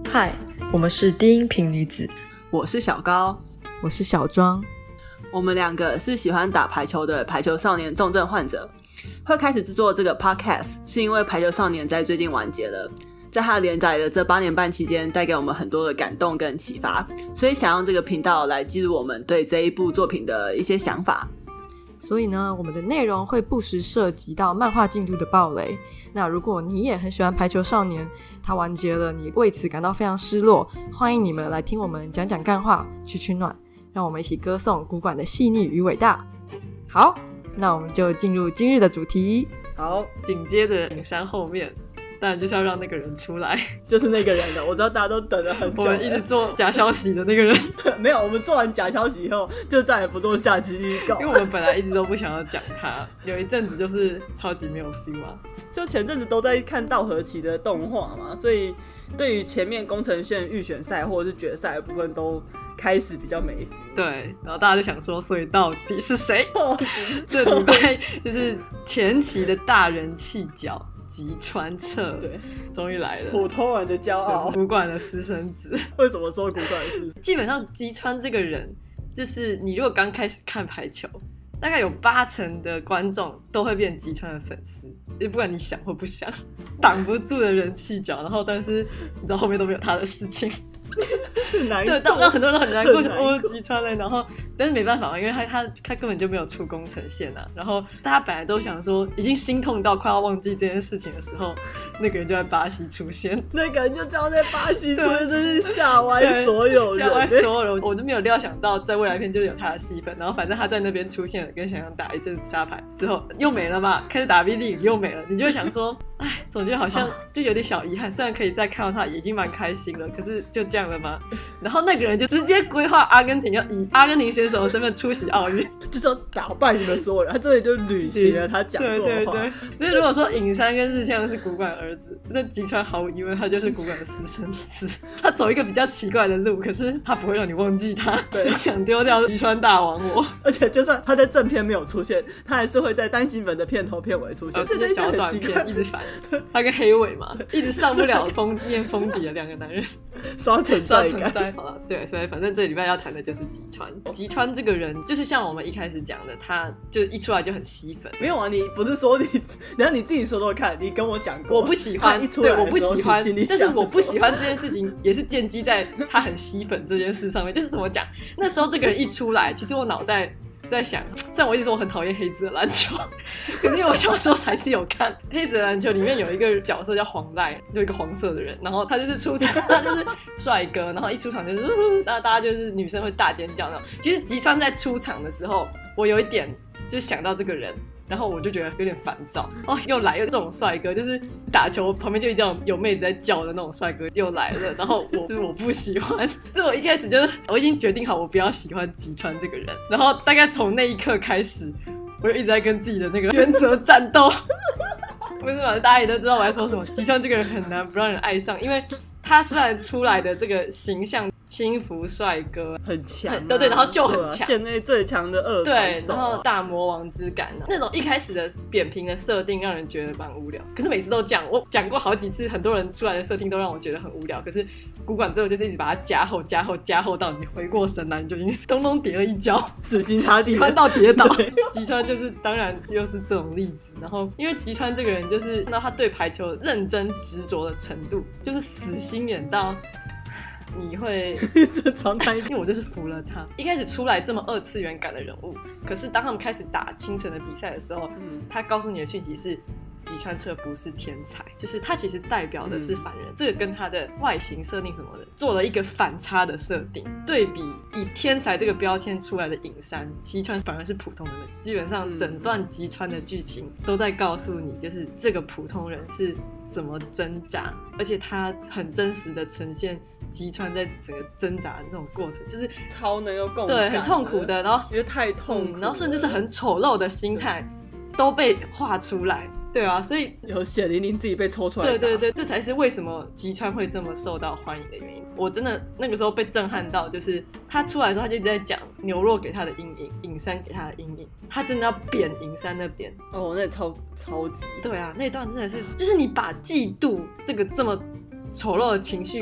嗨，我们是低音频女子， 我是小高， 我是小庄。 我们两个是喜欢打排球的排球少年重症患者。会开始制作这个 podcast 是因为排球少年在最近完结了，在他连载的这8年半期间带给我们很多的感动跟启发，所以想用这个频道来记录我们对这一部作品的一些想法。 所以呢，我们的内容会不时涉及到漫画进度的暴雷。那如果你也很喜欢排球少年，它完结了，你为此感到非常失落，欢迎你们来听我们讲讲干话，取暖，让我们一起歌颂古馆的细腻与伟大。好，那我们就进入今日的主题。 好， 紧接着影山后面当然就是要让那个人出来， 就是那个人了。我知道大家都等了很久了， 我们一直做假消息的那个人没有，我们做完假消息以后就再也不做下期预告， 因为我们本来一直都不想要讲他，有一阵子就是超级没有 feel 啊。 就前阵子都在看稻荷崎的动画嘛，所以对于前面宫城县预选赛或者是决赛的部分都开始比较没 feel。 对，然后大家就想说，所以到底是谁？这礼拜就是前期的大人气角吉川彻， 对， 终于来了， 普通人的骄傲， 古馆的私生子。 为什么说古馆的私生子？ 基本上吉川这个人，就是你如果刚开始看排球，大概有80%的观众都会变吉川的粉丝，不管你想或不想，挡不住的人气角。然后，但是你知道后面都没有他的事情。对，让很多人都很难过，哦，吉川嘞。然后，但是没办法，因为他根本就没有出宫城县啊。然后大家本来都想说，已经心痛到快要忘记这件事情的时候，那个人就在巴西出现。 那个人就这样在巴西出现，真是吓歪所有人， 吓歪所有人。我就没有料想到，在未来片就是有他的戏份。然后，反正他在那边出现了，跟想想打一阵沙排之后又没了嘛，开始打 V League又没了，你就会想说，哎，总觉得好像就有点小遗憾。虽然可以再看到他，已经蛮开心了，可是就这样了吗？然后那个人就直接规划阿根廷要以阿根廷选手的身份出席奥运， 就是要打败你们所有人。他这里就履行了他讲过的话。 对对对，所以如果说影山跟日向是古馆儿子，那吉川毫无疑问他就是古馆的私生子。他走一个比较奇怪的路，可是他不会让你忘记他，只想丢掉吉川大王我。 而且就算他在正片没有出现，他还是会在单行本的片头片尾出现。 这些小短片一直烦。他跟黑尾嘛，一直上不了封面封底的两个男人， 刷存在感。 好了，对，所以反正这礼拜要谈的就是吉川。吉川这个人，就是像我们一开始讲的，他就一出来就很吸粉。 没有啊，你不是说然后你自己说说看，你跟我讲过， 我不喜欢， 一出来对，我不喜欢，但是我不喜欢这件事情，也是建基在他很吸粉这件事上面。就是怎么讲，那时候这个人一出来，其实我脑袋在想，虽然我一直说我很讨厌黑子的篮球，可是因为我小时候还是有看黑子的篮球，里面有一个角色叫黄赖，就一个黄色的人，然后他就是出场，他就是帅哥，然后一出场就是然后大家就是女生会大尖叫那种。其实吉川在出场的时候，我有一点就想到这个人，然后我就觉得有点烦躁哦，又来了这种帅哥，就是打球旁边就一定有妹子在叫的那种帅哥又来了，然后我不喜欢，所以我一开始就是我已经决定好我不要喜欢吉川这个人，然后大概从那一刻开始，我就一直在跟自己的那个原则战斗。不是嘛？大家也都知道我在说什么。吉川这个人很难不让人爱上，因为他虽然出来的这个形象轻浮帅哥很强， 对，然后就很强， 县内最强的二传手， 对，然后大魔王之感那种一开始的扁平的设定让人觉得蛮无聊。可是每次都这样，我讲过好几次，很多人出来的设定都让我觉得很无聊。可是古馆最后就是一直把它加厚到你回过神来，你就已经咚咚跌了一跤， 死心塌地， 喜欢到跌倒。吉川就是当然又是这种例子。然后因为吉川这个人就是看到他对排球认真执着的程度，就是死心眼到你会因为我就是服了他。一开始出来这么二次元感的人物，可是当他们开始打清纯的比赛的时候，他告诉你的讯息是吉川彻不是天才，就是他其实代表的是凡人，这个跟他的外形设定什么的做了一个反差的设定。对比以天才这个标签出来的影山，吉川反而是普通人。基本上整段吉川的剧情都在告诉你，就是这个普通人是怎么挣扎，而且他很真实的呈现吉川在整个挣扎的那种过程，就是超能有共感， 对，很痛苦的，然后因为太痛苦了， 然后甚至是很丑陋的心态都被画出来。对啊，所以有血淋淋自己被抽出来。 对对对，这才是为什么吉川会这么受到欢迎的原因。我真的那个时候被震撼到，就是他出来的时候，他就一直在讲牛肉给他的阴影，影山给他的阴影，他真的要扁影山那边。 哦，那超级。 对啊，那段真的是，就是你把嫉妒这个这么丑陋的情绪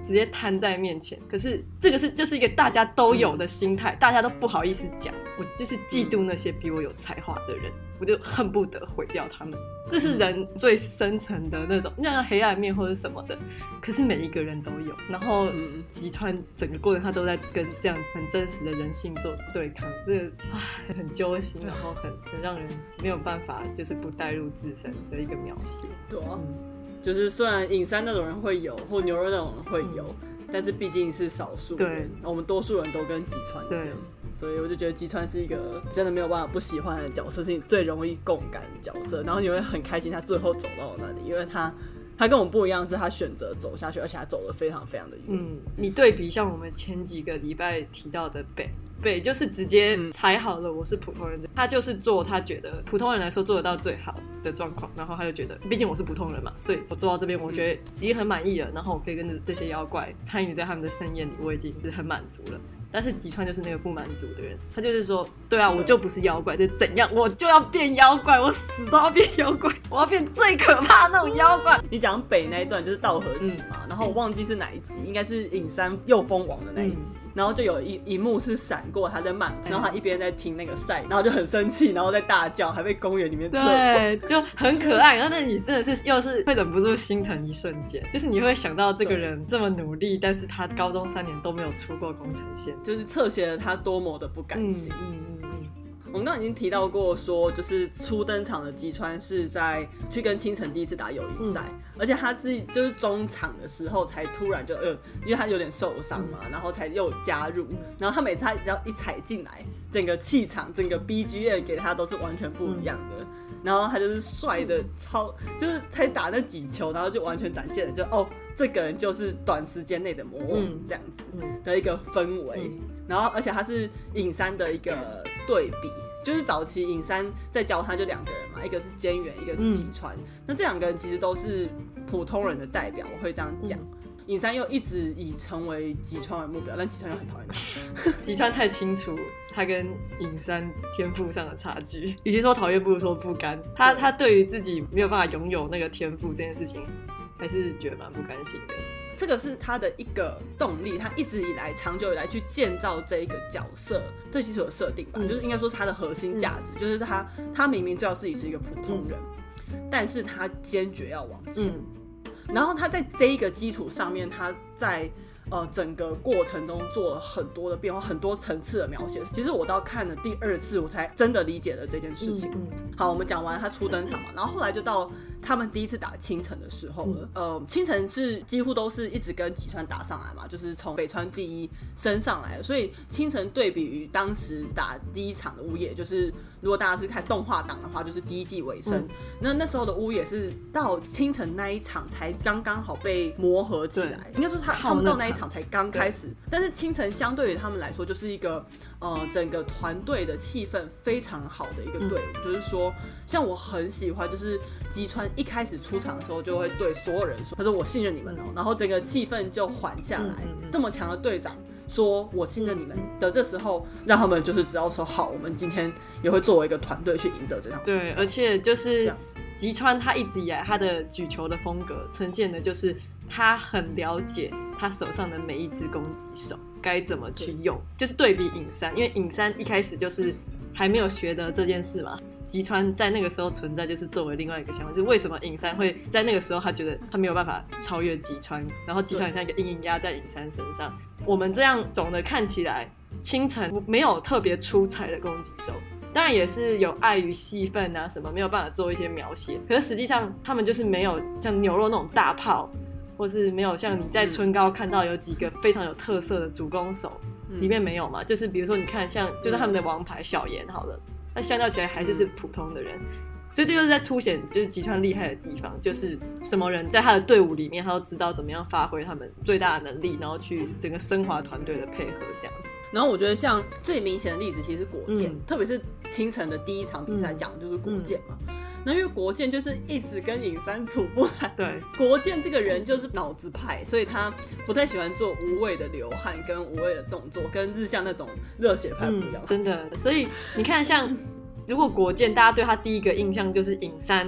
直接摊在面前。可是这个就是一个大家都有的心态，大家都不好意思讲。我就是嫉妒那些比我有才华的人，我就恨不得毁掉他们。这是人最深层的那种像黑暗面或者什么的，可是每一个人都有。然后吉川整个过程他都在跟这样很真实的人性做对抗，这个很揪心，然后很让人没有办法就是不带入自身的一个描写。 对啊，就是虽然影山那种人会有，或牛肉那种人会有，但是毕竟是少数人，我们多数人都跟吉川一样。所以我就觉得吉川是一个真的没有办法不喜欢的角色，是你最容易共感的角色，然后你会很开心他最后走到了那里，因为他跟我们不一样，是他选择走下去，而且他走得非常非常的远。 你对比像我们前几个礼拜提到的北就是直接踩好了我是普通人，他就是做他觉得普通人来说做得到最好的状况，然后他就觉得毕竟我是普通人嘛，所以我做到这边我觉得已经很满意了，然后我可以跟这些妖怪参与在他们的盛宴里，我已经是很满足了。但是吉川就是那个不满足的人，他就是说对啊，我就不是妖怪，就怎样我就要变妖怪，我死都要变妖怪，我要变最可怕那种妖怪。 你讲北那一段就是稻荷崎嘛，然后我忘记是哪一集，应该是影山右风王的那一集，然后就有一幕是闪过他在慢跑，然后他一边在听那个赛，然后就很生气，然后在大叫，还被公园里面对，就很可爱。然后你真的是又是会忍不住心疼一瞬间，就是你会想到这个人这么努力，但是他高中3年都没有出过宫城县， 就是侧写了他多么的不甘心。我们刚刚已经提到过说，就是初登场的吉川是在去跟青城第一次打友谊赛，而且他是就是中场的时候才突然就因为他有点受伤嘛，然后才又加入，然后他每次他只要一踩进来，整个气场整个 BGM 给他都是完全不一样的。然后他就是帅的超，就是才打那几球，然后就完全展现了就这个人就是短时间内的魔王这样子的一个氛围。然后而且他是影山的一个对比，就是早期影山在教他就2个人嘛，一个是菅原，一个是吉川。那这2个人其实都是普通人的代表，我会这样讲。影山又一直以成为吉川为目标，但吉川又很讨厌他。 吉川太清楚他跟影山天赋上的差距，与其说讨厌，不如说不甘。他对于自己没有办法拥有那个天赋这件事情，还是觉得蛮不甘心的。 这个是他的一个动力，他一直以来长久以来去建造这一个角色最基础的设定吧，就是应该说是他的核心价值，就是他明明知道自己是一个普通人，但是他坚决要往前。然后他在这一个基础上面，他在整个过程中做了很多的变化，很多层次的描写。其实我到看了第2次，我才真的理解了这件事情。好，我们讲完他初登场嘛，然后后来就到他们第一次打青城的时候了。青城是几乎都是一直跟吉川打上来嘛，就是从北川第一升上来了，所以青城对比于当时打第一场的乌野，就是如果大家是看动画档的话，就是第1季尾声。那时候的乌野是到青城那一场才刚刚好被磨合起来，应该说他们到那一场才刚开始。但是青城相对于他们来说，就是一个整个团队的气氛非常好的一个队伍。就是说，像我很喜欢，就是吉川一开始出场的时候就会对所有人说，他说我信任你们哦，然后整个气氛就缓下来。这么强的队长说我信任你们的这时候，让他们就是只要说好，我们今天也会作为一个团队去赢得这场比赛。 对，而且就是吉川他一直以来他的举球的风格呈现的就是他很了解他手上的每一只攻击手该怎么去用，就是对比影山，因为影山一开始就是还没有学得这件事嘛。吉川在那个时候存在，就是作为另外一个想法，就是为什么影山会在那个时候他觉得他没有办法超越吉川，然后吉川很像一个阴影压在影山身上。我们这样总的看起来，青城没有特别出彩的攻击手，当然也是有碍于戏份啊什么，没有办法做一些描写。可是实际上他们就是没有像牛肉那种大炮，或是没有像你在春高看到有几个非常有特色的主攻手，里面没有嘛。就是比如说你看像就是他们的王牌小岩好了，那相较起来还是普通的人。所以这就是在凸显就是吉川厉害的地方，就是什么人在他的队伍里面他都知道怎么样发挥他们最大的能力，然后去整个升华团队的配合这样子。 然后我觉得像最明显的例子其实是国剑，特别是青城的第一场比赛讲的就是国剑嘛。那因为国剑就是一直跟影山处不来， 对， 国剑这个人就是脑子派，所以他不太喜欢做无谓的流汗跟无谓的动作，跟日向那种热血派不一样。 真的，所以你看像如果国剑大家对他第一个印象就是影山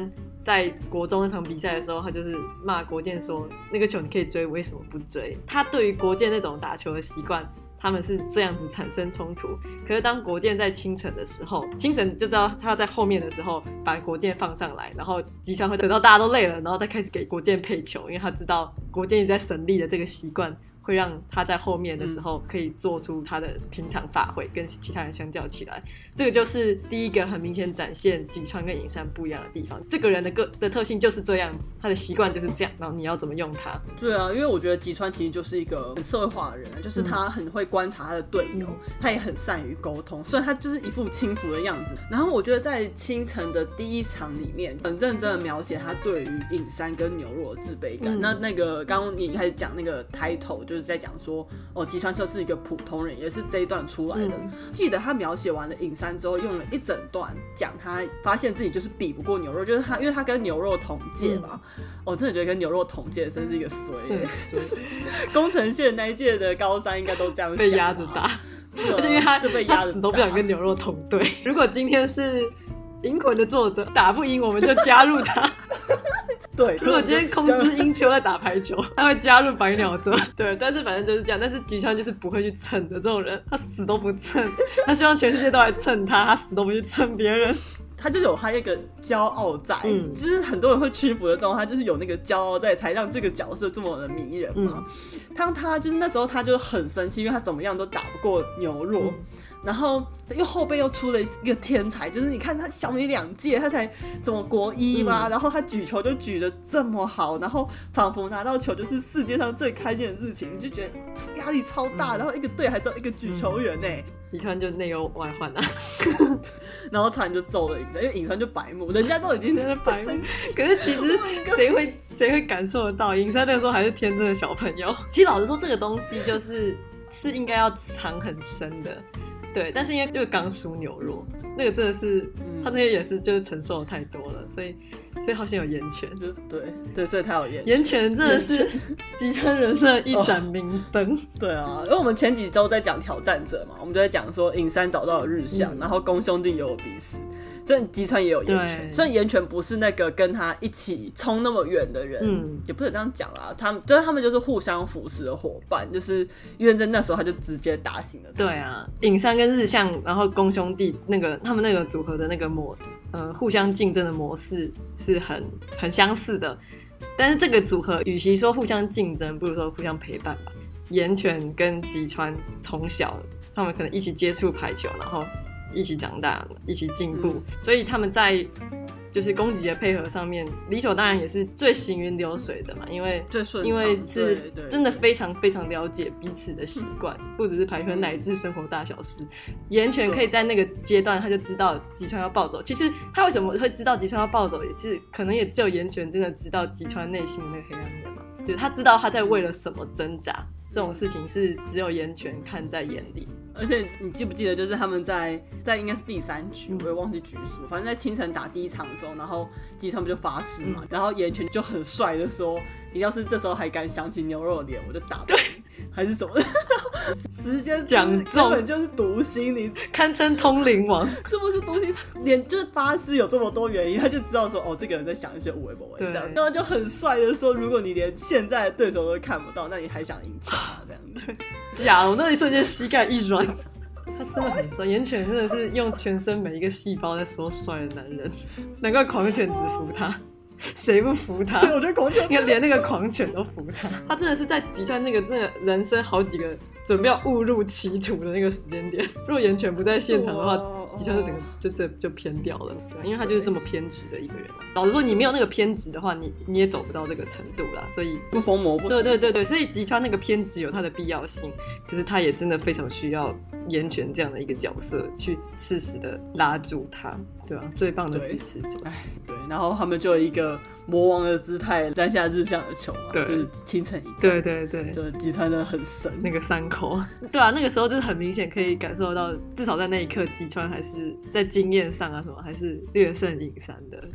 在国中那场比赛的时候，他就是骂国健说那个球你可以追，为什么不追？他对于国健那种打球的习惯，他们是这样子产生冲突。可是当国健在清晨的时候，清晨就知道他要在后面的时候把国健放上来，然后吉川会等到大家都累了，然后再开始给国健配球，因为他知道国健一直在省力的这个习惯会让他在后面的时候可以做出他的平常发挥，跟其他人相较起来，这个就是第一个很明显展现吉川跟影山不一样的地方。这个人的特性就是这样子，他的习惯就是这样，然后你要怎么用他？ 对啊，因为我觉得吉川其实就是一个很社会化的人，就是他很会观察他的队友，他也很善于沟通，所以他就是一副轻浮的样子。然后我觉得在清晨的第一场里面，很认真的描写他对于影山跟牛肉的自卑感。那个刚刚你一开始讲那个 title 就是在讲说，吉川彻是一个普通人，也是这一段出来的。记得他描写完了影山之后，用了一整段讲他发现自己就是比不过牛肉，就是他因为他跟牛肉同届嘛。我真的觉得跟牛肉同届真是一个衰，就是工程线那一届的高三应该都这样想， 被压着打，而且因为他就被压着，死都不想跟牛肉同队。如果今天是银魂的作者打不赢，我们就加入他。 对， 如果今天空知英秋在打排球，他会加入白鸟泽。对，但是反正就是这样。但是吉川就是不会去蹭的这种人，他死都不蹭，他希望全世界都来蹭他，他死都不去蹭别人。 他就有他一个骄傲在，就是很多人会屈服的状态，他就是有那个骄傲在，才让这个角色这么的迷人嘛。当他就是那时候他就很生气，因为他怎么样都打不过牛肉，然后又后辈又出了一个天才，就是你看他小你2届，他才什么国一嘛，然后他举球就举得这么好，然后仿佛拿到球就是世界上最开心的事情，你就觉得压力超大，然后一个队还只有一个举球员呢。 吉川就内忧外患啊， 然后差点就揍了影山，因为影山就白目，人家都已经在白目， 可是其实谁会感受得到？影山那个时候还是天真的小朋友。其实老实说，这个东西是应该要藏很深的，对。但是因为刚输牛肉，那个真的是他那些也是就是承受的太多了，所以好像有岩泉，对，所以他有岩泉真的是吉川人生的一盏明灯。 对啊，因为我们前几周在讲挑战者嘛，我们就在讲说影山找到了日向，然后宫兄弟也有彼此，所以吉川也有岩泉。虽然岩泉不是那个跟他一起冲那么远的人，也不能这样讲啦，他们就是互相扶持的伙伴，就是因为在那时候他就直接打醒了他。 对啊，影山跟日向，然后宫兄弟他们那个组合的那个互相竞争的模式是很相似的，但是这个组合与其说互相竞争，不如说互相陪伴吧。岩泉跟吉川从小他们可能一起接触排球，然后一起长大，一起进步，所以他们在就是攻击的配合上面，理所当然也是最行云流水的嘛，因为是真的非常非常了解彼此的习惯，不只是排球，乃至生活大小事。岩泉可以在那个阶段他就知道吉川要暴走，其实他为什么会知道吉川要暴走，也是可能也只有岩泉真的知道吉川内心的那个黑暗面嘛，就是他知道他在为了什么挣扎，这种事情是只有岩泉看在眼里。 而且你记不记得，就是他们在应该是第3局，我也忘记局数，反正在清晨打第1场的时候，然后吉川不就发誓嘛，然后岩泉就很帅的说，你要是这时候还敢想起牛肉的脸，我就打爆你，还是什么的，时间讲中， 根本就是读心，你堪称通灵王， 是不是读心？连就是发誓有这么多原因，他就知道说，这个人在想一些无为不为这样，然后就很帅的说，如果你连现在的对手都看不到，那你还想赢球吗？这样子。 假的，我那一瞬间膝盖一软。他真的很帅，岩泉真的是用全身每一个细胞在说帅的男人，难怪狂犬只服他，谁不服他？ 我觉得狂犬应该连那个狂犬都服他。他真的是在吉川那个真的人生好几个准备要误入歧途的那个时间点，如果岩泉不在现场的话，吉川就整个就偏掉了，对，因为他就是这么偏执的一个人。老实说，你没有那个偏执的话，你也走不到这个程度啦。所以不疯魔不成。 对，所以吉川那个偏执有它的必要性，可是他也真的非常需要岩泉这样的一个角色去适时的拉住他，对吧？最棒的支持者。 对，然后他们就有一个魔王的姿态拦下日向的球嘛，就是清晨一战。 对， 就吉川真的很神， 那个3口。对啊，那个时候就是很明显可以感受到，至少在那一刻，吉川还是在经验上啊什么，还是略胜影山的。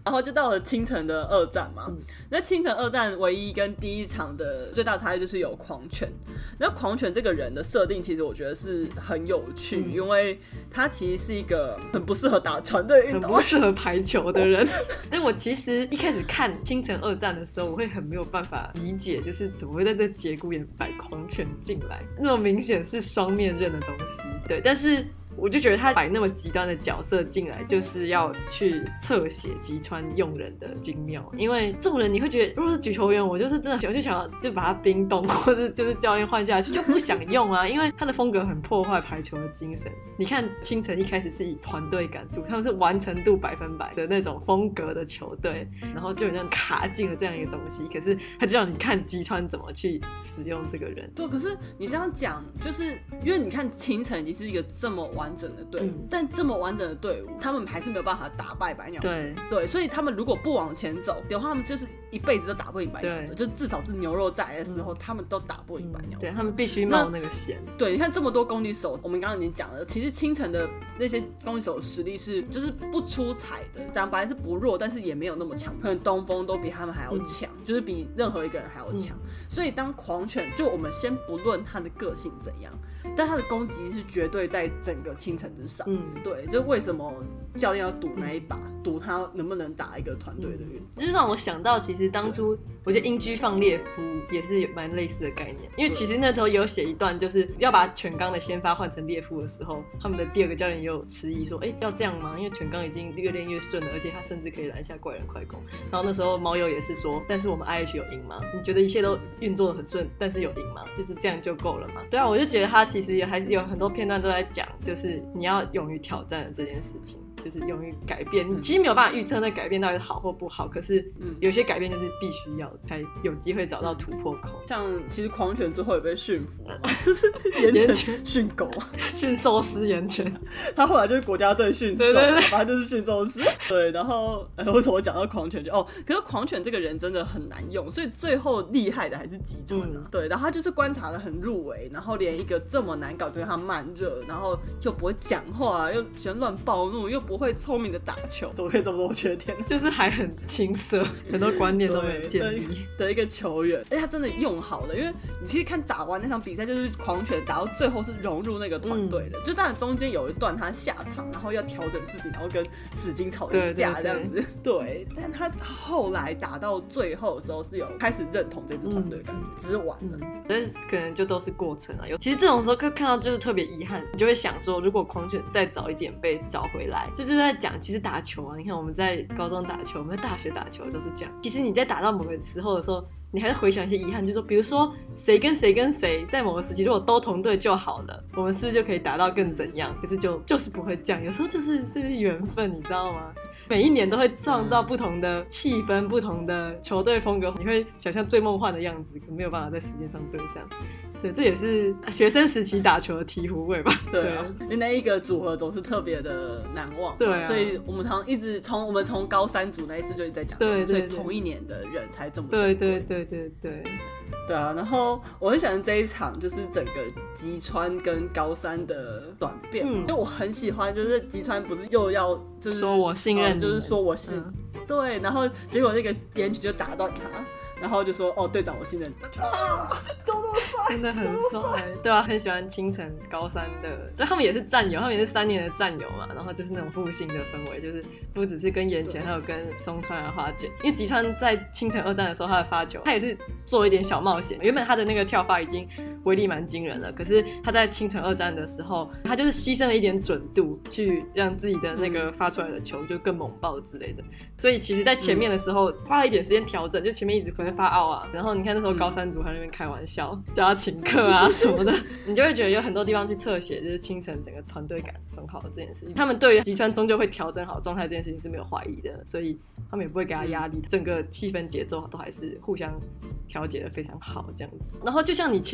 然后就到了清晨的二战嘛。那清晨二战唯一跟第一场的最大差异就是有狂犬。那狂犬这个人的设定，其实我觉得是很有趣，因为他其实是一个很不适合打团队运动、 很不适合排球的人。但我其实一开始看清晨二战的时候，我会很没有办法理解，就是怎么会在这节骨眼摆狂犬进来，那么明显是双面刃的东西。对，但是我就觉得他摆那么极端的角色进来，就是要去侧写吉川用人的精妙。因为这种人你会觉得，如果是举球员，我就是真的就想要就把他冰冻，或者就是教练换下去，就不想用啊，因为他的风格很破坏排球的精神。你看清晨一开始是以团队感住，他们是完成度100%的那种风格的球队，然后就很像卡进了这样一个东西。可是他就让你看吉川怎么去使用这个人。 对，可是你这样讲，就是因为你看清晨已经是一个这么完整的队伍，但这么完整的队伍，他们还是没有办法打败白鸟子。对，所以他们如果不往前走的话，他们就是一辈子都打不赢白鸟子，就至少是牛肉在的时候，他们都打不赢白鸟子。 对，他们必须冒那个险。 对，你看这么多攻击手，我们刚刚已经讲了，其实清晨的那些攻击手的实力是就是不出彩的，讲白是不弱，但是也没有那么强，可能东风都比他们还要强，就是比任何一个人还要强。所以当狂犬，就我们先不论他的个性怎样，但他的攻击是绝对在整个清晨之上。对，就为什么教练要赌那一把，赌他能不能打一个团队的运动， 就是让我想到，其实当初我觉得英居放列夫也是有蛮类似的概念，因为其实那时候有写一段，就是要把犬冈的先发换成列夫的时候，他们的第二个教练也有迟疑说，要这样吗？因为犬冈已经越练越顺了，而且他甚至可以拦下怪人快攻。然后那时候猫友也是说，但是我们 IH 有赢吗？你觉得一切都运作得很顺，但是有赢吗？就是这样就够了嘛？对啊，我就觉得他其实也还是有很多片段都在讲，就是你要勇于挑战的这件事情。就是勇于改变，你其实没有办法预测那改变到底是好或不好，可是有些改变就是必须要才有机会找到突破口。 像其实狂犬最后也被驯服了嘛，就是岩犬驯狗， 驯兽师岩犬， 他后来就是国家队驯兽，反正就是驯兽师。对，然后为什么我讲到狂犬可是狂犬这个人真的很难用，所以最后厉害的还是吉川啊。对，然后他就是观察的很入微，然后连一个这么难搞，就是他慢热，然后又不会讲话，又喜欢乱暴怒，又不会聪明的打球，怎么可以这么多缺点呢？ 就是还很青涩，很多观念都没有建立的一个球员。而且他真的用好了，因为你其实看打完那场比赛，就是狂犬打到最后是融入那个团队的，就当然中间有一段他下场，然后要调整自己，然后跟史金吵一架这样子。对，但他后来打到最后的时候是有开始认同这支团队的感觉，只是晚了。 但是可能就都是过程啊。其实这种时候看到就是特别遗憾，你就会想说，如果狂犬再早一点被找回来，就是在讲，其实打球啊，你看我们在高中打球，我们在大学打球都是这样。其实你在打到某个时候的时候，你还是回想一些遗憾，就是说，比如说谁跟谁跟谁在某个时期如果都同队就好了，我们是不是就可以打到更怎样？可是就是不会这样，有时候就是这是缘分，你知道吗？每一年都会创造不同的气氛，不同的球队风格，你会想象最梦幻的样子，可没有办法在时间上对上。对，这也是学生时期打球的醍醐味吧。 对啊，因为那一个组合总是特别的难忘。 对啊， 所以我们常一直我们从高三组那一次就一直在讲，对，所以同一年的人才这么珍贵。对啊，然后我很喜欢这一场，就是整个吉川跟高三的转变，因为我很喜欢，就是吉川不是又要就是说我信任你， 就是说我信，对，然后结果那个岩井就打到他。然后就说队长我信任你，怎么那么帅， 真的很帅。对啊，很喜欢清晨高三的，就他们也是战友，他们也是3年的战友嘛，然后就是那种互信的氛围，就是不只是跟岩泉，还有跟中川啊花卷。因为吉川在清晨二战的时候，他的发球他也是做一点小冒险，原本他的那个跳发已经威力蛮惊人了，可是他在清晨二战的时候，他就是牺牲了一点准度，去让自己的那个发出来的球就更猛爆之类的。所以其实在前面的时候花了一点时间调整，就前面一直可能发奥啊，然后你看那时候高三组还在那边开玩笑叫他请客啊什么的你就会觉得有很多地方去侧写就是清晨整个团队感很好的这件事情，他们对于吉川终究会调整好状态这件事情是没有怀疑的，所以他们也不会给他压力，整个气氛节奏都还是互相调节的非常好这样子。然后就像你前面讲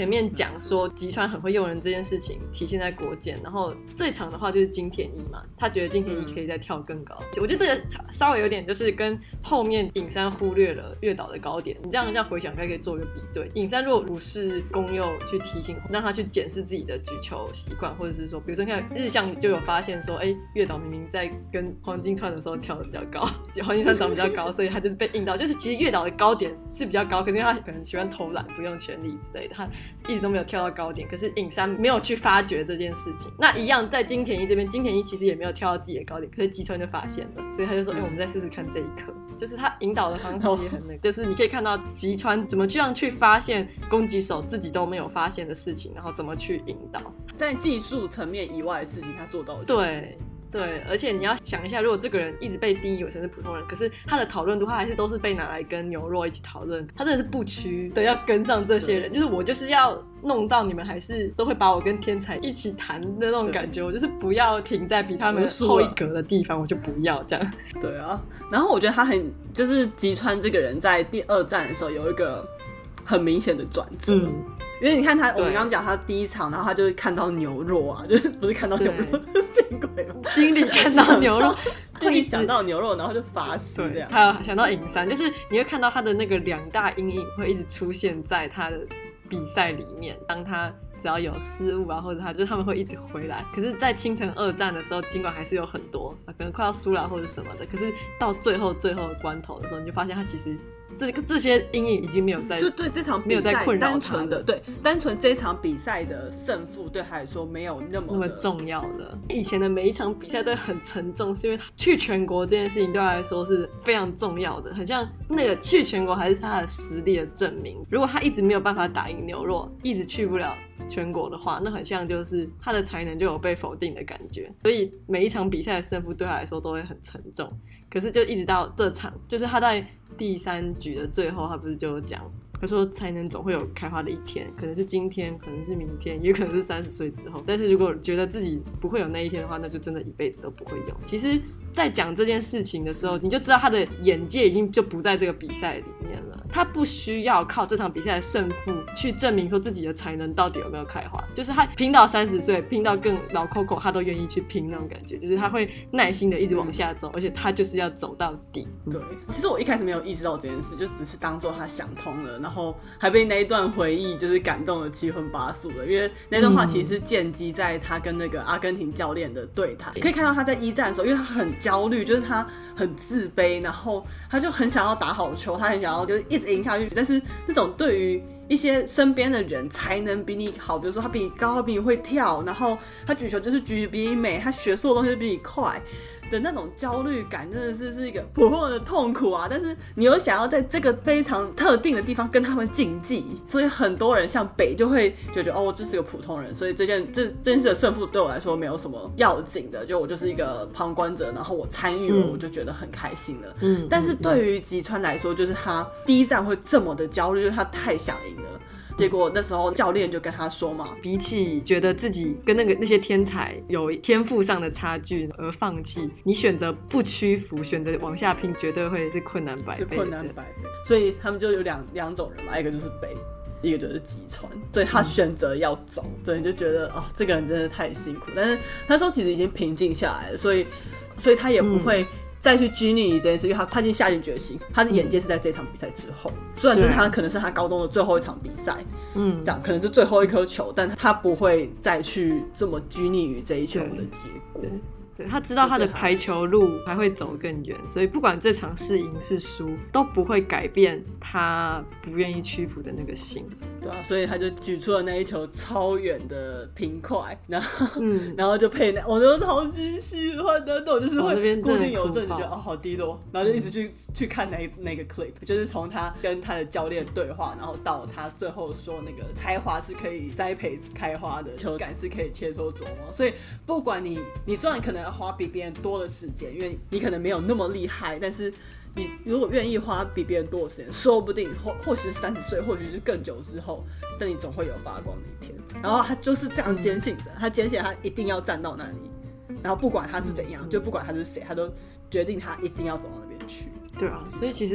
讲说吉川很会用人这件事情体现在国见，然后最长的话就是金田一嘛，他觉得金田一可以再跳更高。我觉得这个稍微有点就是跟后面影山忽略了月岛的高点，你这样回想应该可以做一个比对。影山如果无视公佑去提醒，让他去检视自己的举球习惯，或者是说比如说你看日向就有发现说月岛明明在跟黄金川的时候跳得比较高，黄金川长比较高，所以他就是被硬到，就是其实月岛的高点是比较高，可是因为他可能喜欢偷懒不用全力之类的，他一直都没有跳到高点，可是影山没有去发掘这件事情。那一样在金田一这边，金田一其实也没有跳到自己的高点，可是吉川就发现了，所以他就说我们再试试看这一颗，就是他引导的方式也很那个，就是你可以看到吉川怎么这样去发现攻击手自己都没有发现的事情，然后怎么去引导， 在技术层面以外的事情他做到了。 对，而且你要想一下，如果这个人一直被定义为成是普通人，可是他的讨论度他还是都是被拿来跟牛肉一起讨论，他真的是不屈的要跟上这些人，就是我就是要弄到你们还是都会把我跟天才一起谈的那种感觉，我就是不要停在比他们后一格的地方，我就不要这样。 对啊，然后我觉得他就是吉川这个人在第二战的时候有一个很明显的转折。因为你看他，我们刚刚讲他第一场，然后他就看到牛肉啊，就是不是看到牛肉，是见鬼吗？ 心里看到牛肉， 会一想到牛肉，然后就发誓这样。 还有想到影山，就是你会看到他的那个两大阴影会一直出现在他的比赛里面，当他只要有失误啊，或者他们会一直回来。可是，在青城二战的时候，尽管还是有很多可能快要输了或者什么的，可是到最后的关头的时候，你就发现他其实这些阴影已经没有在， 就对这场比赛单纯的单纯这场比赛的胜负对他来说没有那么重要了。以前的每一场比赛都很沉重，是因为去全国这件事情对他来说是非常重要的，很像那个去全国还是他的实力的证明。如果他一直没有办法打赢牛肉，一直去不了全国的话，那很像就是他的才能就有被否定的感觉，所以每一场比赛的胜负对他来说都会很沉重。可是就一直到这场，就是他在第3局的最后，他不是就有讲，他说才能总会有开花的一天，可能是今天，可能是明天，也可能是30岁之后。但是如果觉得自己不会有那一天的话，那就真的一辈子都不会有。其实在讲这件事情的时候，你就知道他的眼界已经就不在这个比赛里面了，他不需要靠这场比赛的胜负去证明说自己的才能到底有没有开花，就是他拼到30岁，拼到更老 Coco 他都愿意去拼那种感觉，就是他会耐心的一直往下走，而且他就是要走到底。 对，其实我一开始没有意识到这件事，就只是当作他想通了，然后还被那一段回忆就是感动得七荤八素的，因为那段话其实是建基在他跟那个阿根廷教练的对谈，可以看到他在一战的时候，因为他很焦虑，就是他很自卑，然后他就很想要打好球，他很想要就是一直赢下去，但是那种对于一些身边的人才能比你好，比如说他比你高，他比你会跳，然后他举球就是举得比你美，他学所有东西都比你快的那种焦虑感，真的是一个普通人的痛苦啊！但是你又想要在这个非常特定的地方跟他们竞技，所以很多人像北就会觉得我这是个普通人，所以这件事的胜负对我来说没有什么要紧的，就我就是一个旁观者，然后我参与了，我就觉得很开心了。但是对于吉川来说，就是他第一站会这么的焦虑，就是他太想赢了。结果那时候教练就跟他说嘛， 比起觉得自己跟那些天才有天赋上的差距而放弃，你选择不屈服，选择往下拼，绝对会是困难百倍，是困难百倍。所以他们就有两种人嘛，一个就是北，一个就是吉川，所以他选择要走，所以你就觉得这个人真的太辛苦。但是那时候其实已经平静下来了，所以他也不会再去拘泥于这件事，因为他已经下定决心，他的眼界是在这场比赛之后。虽然这是他可能是他高中的最后一场比赛，这样可能是最后一颗球，但他不会再去这么拘泥于这一球的结果。 对，他知道他的排球路还会走更远，所以不管这场是赢是输，都不会改变他不愿意屈服的那个心。 对啊，所以他就举出了那一球超远的平快，然后就配我就超级喜欢的，我就是会固定有阵就觉得好低落，然后就一直去看那个 clip， 就是从他跟他的教练对话，然后到他最后说那个才华是可以栽培开花的，球感是可以切磋琢磨。所以不管你虽然可能要花比别人多的时间，因为你可能没有那么厉害，但是你如果愿意花比别人多的时间，说不定或许是30岁，或许是更久之后，但你总会有发光的一天。然后他就是这样坚信着，他坚信他一定要站到那里，然后不管他是怎样，就不管他是谁，他都决定他一定要走到那边去。 对啊，所以其实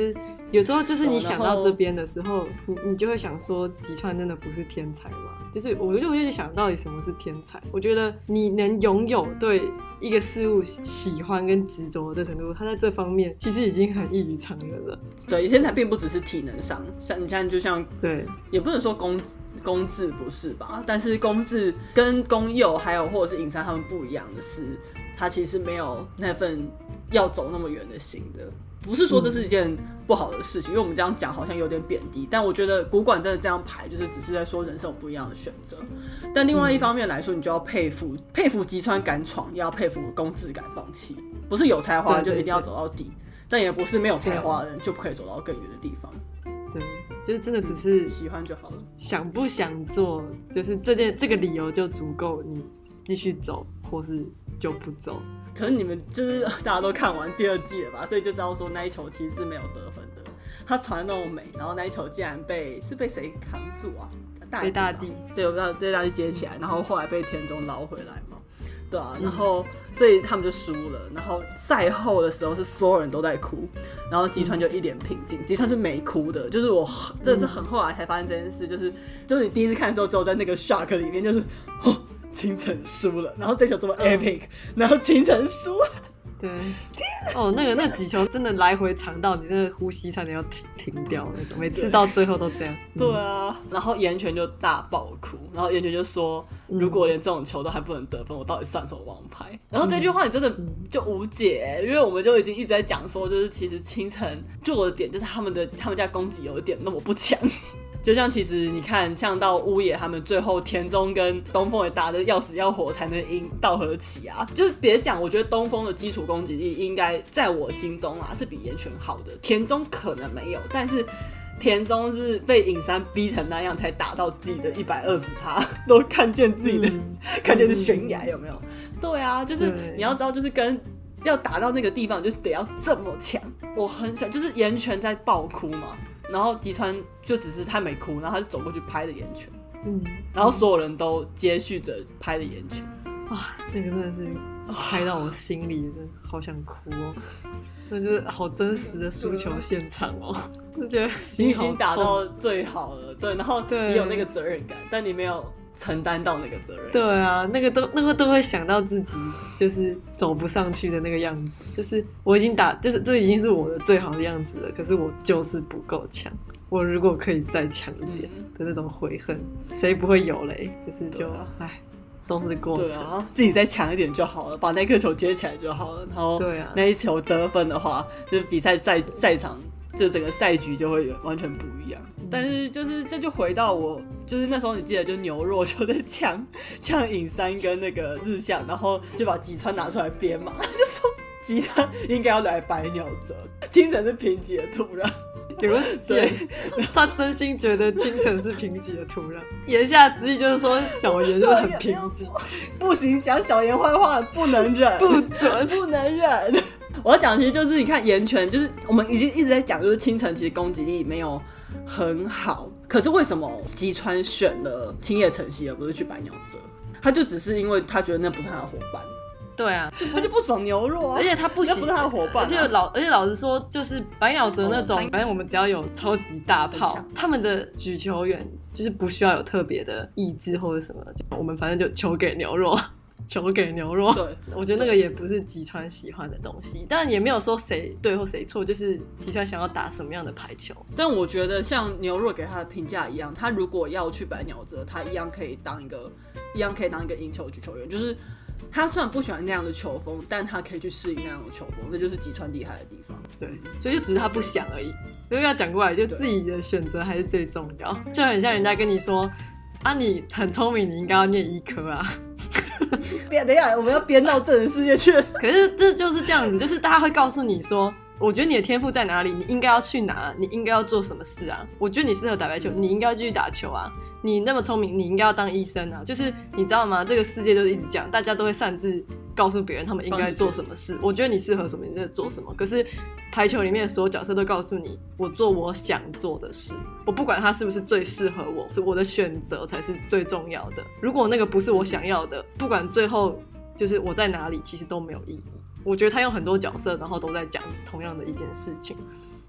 有时候就是你想到这边的时候，你就会想说，吉川真的不是天才吗？就是我就想到底什么是天才。我觉得你能拥有对一个事物喜欢跟执着的程度，他在这方面其实已经很异于常人了。 对，天才并不只是体能上，像你看，就像对， 也不能说公治不是吧？但是公治跟公佑还有或者是影山他们不一样的是，他其实没有那份要走那么远的心的。不是说这是一件不好的事情，因为我们这样讲好像有点贬低，但我觉得古馆真的这样排，就是只是在说人生有不一样的选择。但另外一方面来说，你就要佩服吉川敢闯，也要佩服公治敢放弃。不是有才华就一定要走到底，但也不是没有才华的人就不可以走到更远的地方。 对，就是真的只是喜欢就好了， 想不想做，就是这个理由就足够你继续走，或是就不走。 可是你们就是大家都看完第2季了吧，所以就知道说那一球其实是没有得分的。他传那么美，然后那一球竟然被谁扛住啊？ 被大地， 对，我不知道被大地接起来，然后后来被田中捞回来嘛。对啊，然后所以他们就输了。然后赛后的时候是所有人都在哭，然后吉川就一脸平静。吉川是没哭的，就是我真的是很后来才发现这件事，就是你第一次看的时候，只有在那个 shock 里面，就是清晨输了，然后这球这么 epic，然后清晨输了。 对，哦，那几球真的来回长到你真的呼吸差点要停掉那种，每次到最后都这样。 对啊，然后岩泉就大爆哭，然后岩泉就说：“如果连这种球都还不能得分，我到底算什么王牌？”然后这句话你真的就无解，因为我们就已经一直在讲说，就是其实清晨弱的点就是他们家攻击有一点那么不强。就像其实你看，像到乌野他们最后田中跟东风也打得要死要活才能赢稻荷崎啊，就是别讲，我觉得东风的基础攻击力应该在我心中是比岩泉好的，田中可能没有，但是田中是被影山逼成那样才打到自己的120%，都看见自己的看见是悬崖，有没有？对啊，就是你要知道，就是跟要打到那个地方，就是得要这么强。我很想就是岩泉在爆哭嘛。然后吉川就只是他没哭，然后他就走过去拍了岩泉，然后所有人都接续着拍了岩泉， 哇，那个真的是拍到我心里，真的好想哭哦，那就是好真实的输球现场哦，就觉得你已经打到最好了，对，然后你有那个责任感，但你没有承担到那个责任。 对啊，那个都会想到自己就是走不上去的那个样子，就是我已经就是这已经是我的最好的样子了，可是我就是不够强。我如果可以再强一点的那种悔恨，谁不会有嘞？可是就都是过程。对啊，自己再强一点就好了，把那颗球接起来就好了。然后那一球得分的话，就是比赛赛场。就整个赛局就会完全不一样，但是就是这就回到我，就是那时候你记得，就牛若就在呛影山跟那个日向，然后就把吉川拿出来编嘛，就说吉川应该要来白鸟泽，青城是贫瘠的土壤。 有人对，他真心觉得青城是贫瘠的土壤，言下之意就是说小妍就是很贫瘠， 不行，讲小妍坏话不能忍， 不准， 不能忍。我要讲的其实就是你看岩泉，就是我们已经一直在讲，就是青城其实攻击力没有很好，可是为什么吉川选了青叶城西而不是去白鸟泽？他就只是因为他觉得那不是他的伙伴。 对啊， 他就不爽牛肉啊， 而且他不行， 那不是他的伙伴、 啊，而且老实说，就是白鸟泽那种，反正我们只要有超级大炮，他们的举球员就是不需要有特别的意志或者什么，我们反正就球给牛肉。球给牛肉，对，我觉得那个也不是吉川喜欢的东西，但也没有说谁对或谁错，就是吉川想要打什么样的排球。 但我觉得像牛肉给他的评价一样，他如果要去白鸟泽，他一样可以当一个赢球举球员，就是他虽然不喜欢那样的球风，但他可以去适应那样的球风，这就是吉川厉害的地方。 对，所以就只是他不想而已。所以要讲过来，就自己的选择还是最重要。就很像人家跟你说啊，你很聪明，你应该要念医科啊。 等一下，我们要编到真人世界去。 可是这就是这样子，就是大家会告诉你说，我觉得你的天赋在哪里，你应该要去哪，你应该要做什么事啊？我觉得你适合打排球，你应该要继续打球啊。你那么聪明，你应该要当医生啊。就是你知道吗？这个世界就是一直讲，大家都会擅自告诉别人他们应该做什么事。我觉得你适合什么，你在做什么。可是排球里面的所有角色都告诉你，我做我想做的事，我不管它是不是最适合我，是我的选择才是最重要的。如果那个不是我想要的，不管最后就是我在哪里，其实都没有意义。我觉得他用很多角色，然后都在讲同样的一件事情。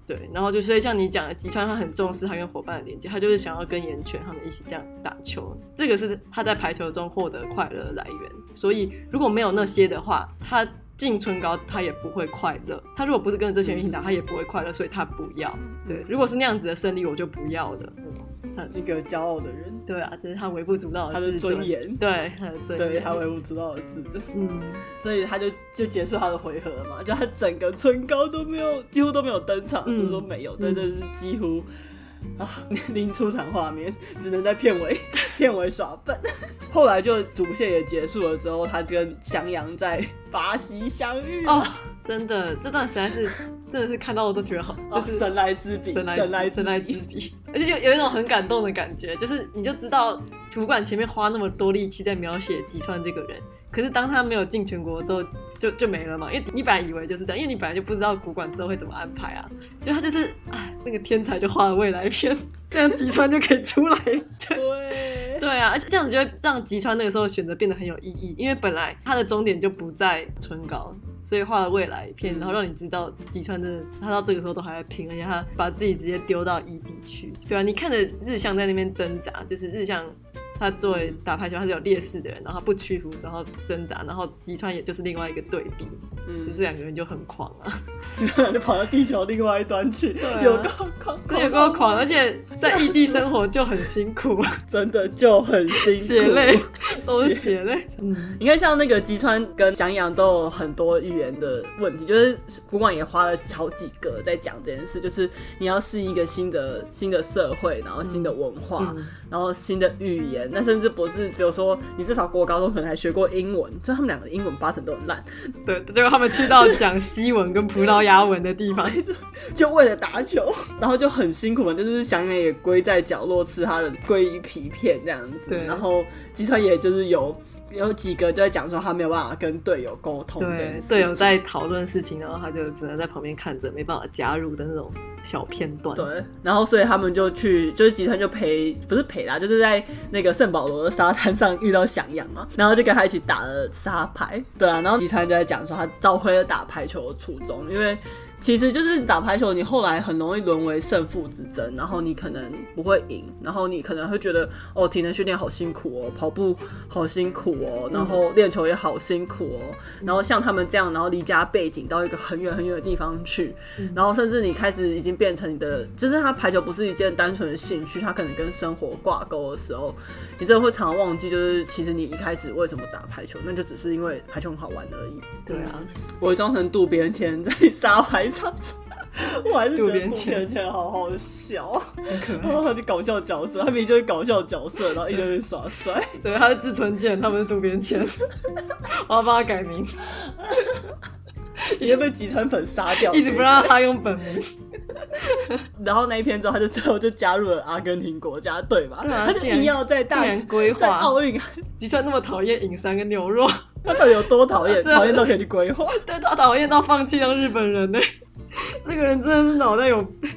对，然后就所以像你讲的，吉川他很重视他跟伙伴的连接，他就是想要跟岩泉他们一起这样打球，这个是他在排球中获得快乐的来源。所以如果没有那些的话，他进春高他也不会快乐，他如果不是跟着这些人一起打，他也不会快乐，所以他不要。对，如果是那样子的胜利，我就不要了。 一个骄傲的人， 对啊，这是他微不足道的他的尊严， 对他的尊严， 对他微不足道的自尊。所以他就结束他的回合了嘛，就他整个春高都没有，几乎都没有登场，不是说没有，但是几乎零出场画面，只能在片尾耍笨。后来就主线也结束的时候，他跟翔阳在巴西相遇哦，真的这段实在是真的是看到我都觉得好，就是神来之笔， 神来之笔，而且有一种很感动的感觉，就是你就知道主管前面花那么多力气在描写吉川这个人，可是当他没有进全国之后就没了嘛，因为你本来以为就是这样，因为你本来就不知道古馆之后会怎么安排啊，就他就是那个天才就画了未来篇，这样吉川就可以出来了。对啊，而且这样子就会让吉川那个时候选择变得很有意义，因为本来他的终点就不在春高，所以画了未来片，然后让你知道吉川真的他到这个时候都还在拼，而且他把自己直接丢到异地去。对啊，你看着日向在那边挣扎，就是日向他作为打排球他是有劣势的人，然后他不屈服，然后挣扎，然后吉川也就是另外一个对比，就这两个人就很狂啊， 就跑到地球另外一端去，有够狂， 有够狂，而且在异地生活就很辛苦， 真的就很辛苦， 血泪都是血泪。 你看像那个吉川跟翔阳都有很多语言的问题，就是古馆也花了好几个在讲这件事，就是你要适应一个新的社会，然后新的文化，然后新的语言。那甚至不是，比如说你至少国高中可能还学过英文，所以他们两个英文8成都很烂。 对，结果他们去到讲西文跟葡萄牙文的地方， 就为了打球，然后就很辛苦嘛，就是翔阳也归在角落吃他的鲑鱼皮片这样子，然后吉川也就是有几个就在讲说他没有办法跟队友沟通这件事情， 队友在讨论事情，然后他就只能在旁边看着，没办法加入的那种小片段。 对，然后所以他们就去，就是吉川就不是陪啦，就是在那个圣保罗的沙滩上遇到翔阳嘛，然后就跟他一起打了沙排。对啊，然后吉川就在讲说他找回了打排球的初衷，因为其实就是打排球，你后来很容易沦为胜负之争，然后你可能不会赢，然后你可能会觉得体能训练好辛苦哦，跑步好辛苦哦，然后练球也好辛苦哦，然后像他们这样，然后离家背井到一个很远很远的地方去，然后甚至你开始已经变成你的，就是他排球不是一件单纯的兴趣，他可能跟生活挂钩的时候，你真的会常常忘记，就是其实你一开始为什么打排球，那就只是因为排球很好玩而已。 对啊， 伪装成渡边谦在沙排场上，我还是觉得渡边谦好好笑， 很可爱。 他就搞笑角色，他明明就是搞笑角色，然后一直在耍帅。 对，他是志村健，他们是渡边谦，我要帮他改名。 已经被吉川粉杀掉， 一直不让他用本名。 然后那一篇之后，他就最后就加入了阿根廷国家队嘛， 对啊， 他就硬要在规划在奥运。 吉川那么讨厌影山跟牛肉， 他到底有多讨厌？讨厌到可以去规划？ 对，他讨厌到放弃当日本人呢。这个人真的是脑袋有问题。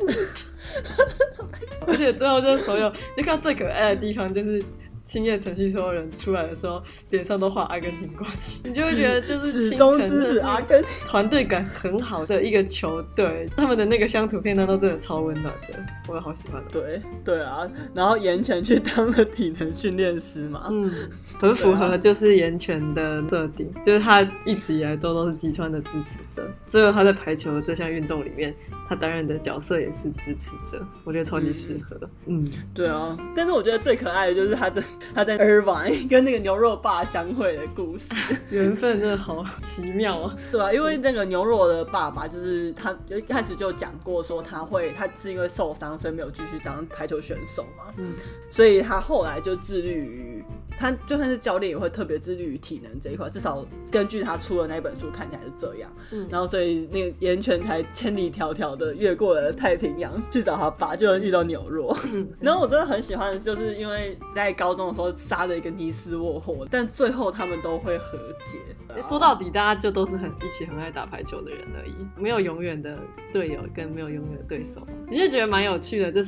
而且最后就是所有你看到最可爱的地方就是青叶城西所有人出来的时候，脸上都画阿根廷国旗，你就会觉得就是始终支持阿根廷， 团队感很好的一个球队，他们的那个相处片段都真的超温暖的，我也好喜欢。 对啊，然后岩泉去当了体能训练师嘛， 很符合就是岩泉的设定，就是他一直以来都是吉川的支持者，最后他在排球这项运动里面，他担任的角色也是支持者，我觉得超级适合。 对啊，但是我觉得最可爱的就是他在Irvine跟那个牛肉爸相会的故事， 缘分真的好奇妙啊！ 对啊，因为那个牛肉的爸爸就是他一开始就讲过说他是因为受伤所以没有继续当排球选手嘛，所以他后来就致力于他就算是教练也会特别致力于体能这一块，至少根据他出的那本书看起来是这样。然后所以那个岩泉才千里迢迢的越过了太平洋去找他爸，就遇到牛肉。然后我真的很喜欢的就是因为在高中的时候杀了一个你死我活，但最后他们都会和解。 说到底大家就都是一起很爱打排球的人而已，没有永远的队友跟没有永远的对手。你就觉得蛮有趣的，就是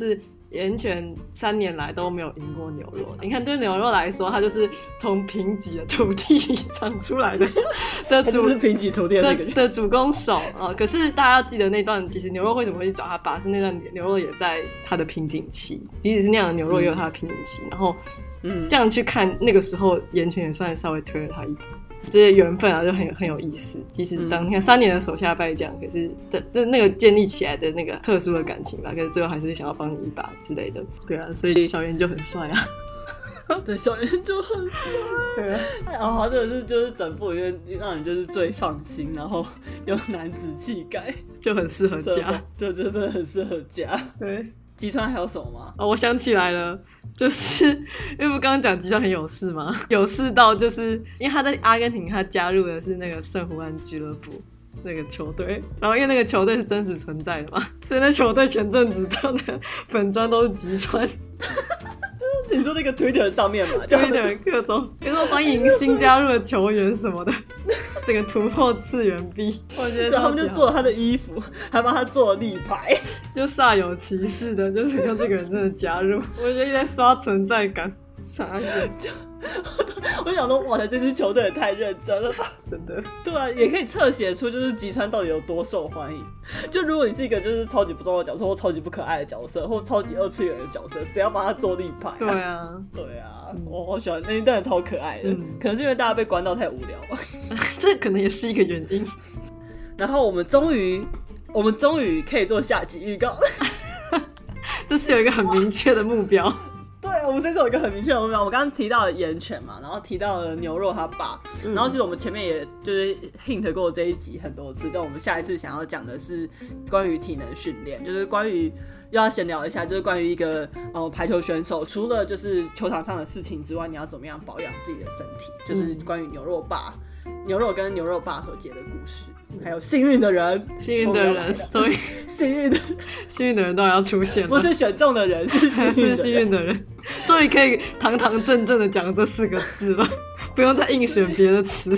岩泉3年来都没有赢过牛肉。你看对牛肉来说，它就是从贫瘠的土地长出来的主是贫瘠土地的那个人的主攻手啊。可是大家要记得那段，其实牛肉为什么会去找他爸，是那段牛肉也在他的瓶颈期，即使是那样的牛肉也有他的瓶颈期。然后这样去看那个时候岩泉也算稍微推了他一把。这些缘分啊就很有意思，即使当你看3年的手下败将，可是那个建立起来的那个特殊的感情吧，可是最后还是想要帮你一把之类的。对啊，所以小圆就很帅啊。 对，小圆就很帅。对啊，他真的是就是整部里面让人就是最放心，然后有男子气概， 就很适合家， 就真的很适合家。 对， 吉川还有什么吗？ 我想起来了，就是因为不刚刚讲吉川很有事吗？有事到就是因为他在阿根廷，他加入的是那个圣胡安俱乐部那个球队，然后因为那个球队是真实存在的嘛，所以那球队前阵子他的粉专都是吉川。 你说那个 Twitter 上面嘛， Twitter 各种比如说欢迎新加入的球员什么的，整个突破次元壁。我觉得他们就做了他的衣服，还帮他做了立牌， 就煞有其事的，就是让这个人真的加入。我觉得一直在刷存在感，傻眼。 我想说，哇塞，这支球队也太认真了吧！ 真的， 对啊，也可以侧写出就是吉川到底有多受欢迎。就如果你是一个就是超级不重要的角色，或超级不可爱的角色，或超级二次元的角色，谁要帮他做立牌？ 对啊， 对啊，我喜欢那一段超可爱的，可能是因为大家被关到太无聊了， 这可能也是一个原因。 然后我们终于可以做下集预告了， 这是有一个很明确的目标。 对，我们这次有一个很明确的目标。我刚刚提到了岩泉嘛，然后提到了牛肉他爸，然后其实我们前面也就是 hint 过这一集很多次，但我们下一次想要讲的是关于体能训练，就是关于要闲聊一下，就是关于一个排球选手，除了就是球场上的事情之外，你要怎么样保养自己的身体，就是关于牛肉爸。牛肉跟牛肉爸和解的故事，还有幸运的人， 幸运的人，所以幸运的人都要出现了， 不是选中的人，是幸运的人， 终于可以堂堂正正的讲这4个字了，不用再硬选别的词。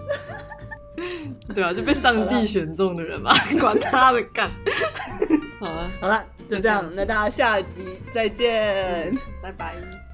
对啊，就被上帝选中的人嘛，管他的干。 好了，就这样，那大家下集再见， 拜拜。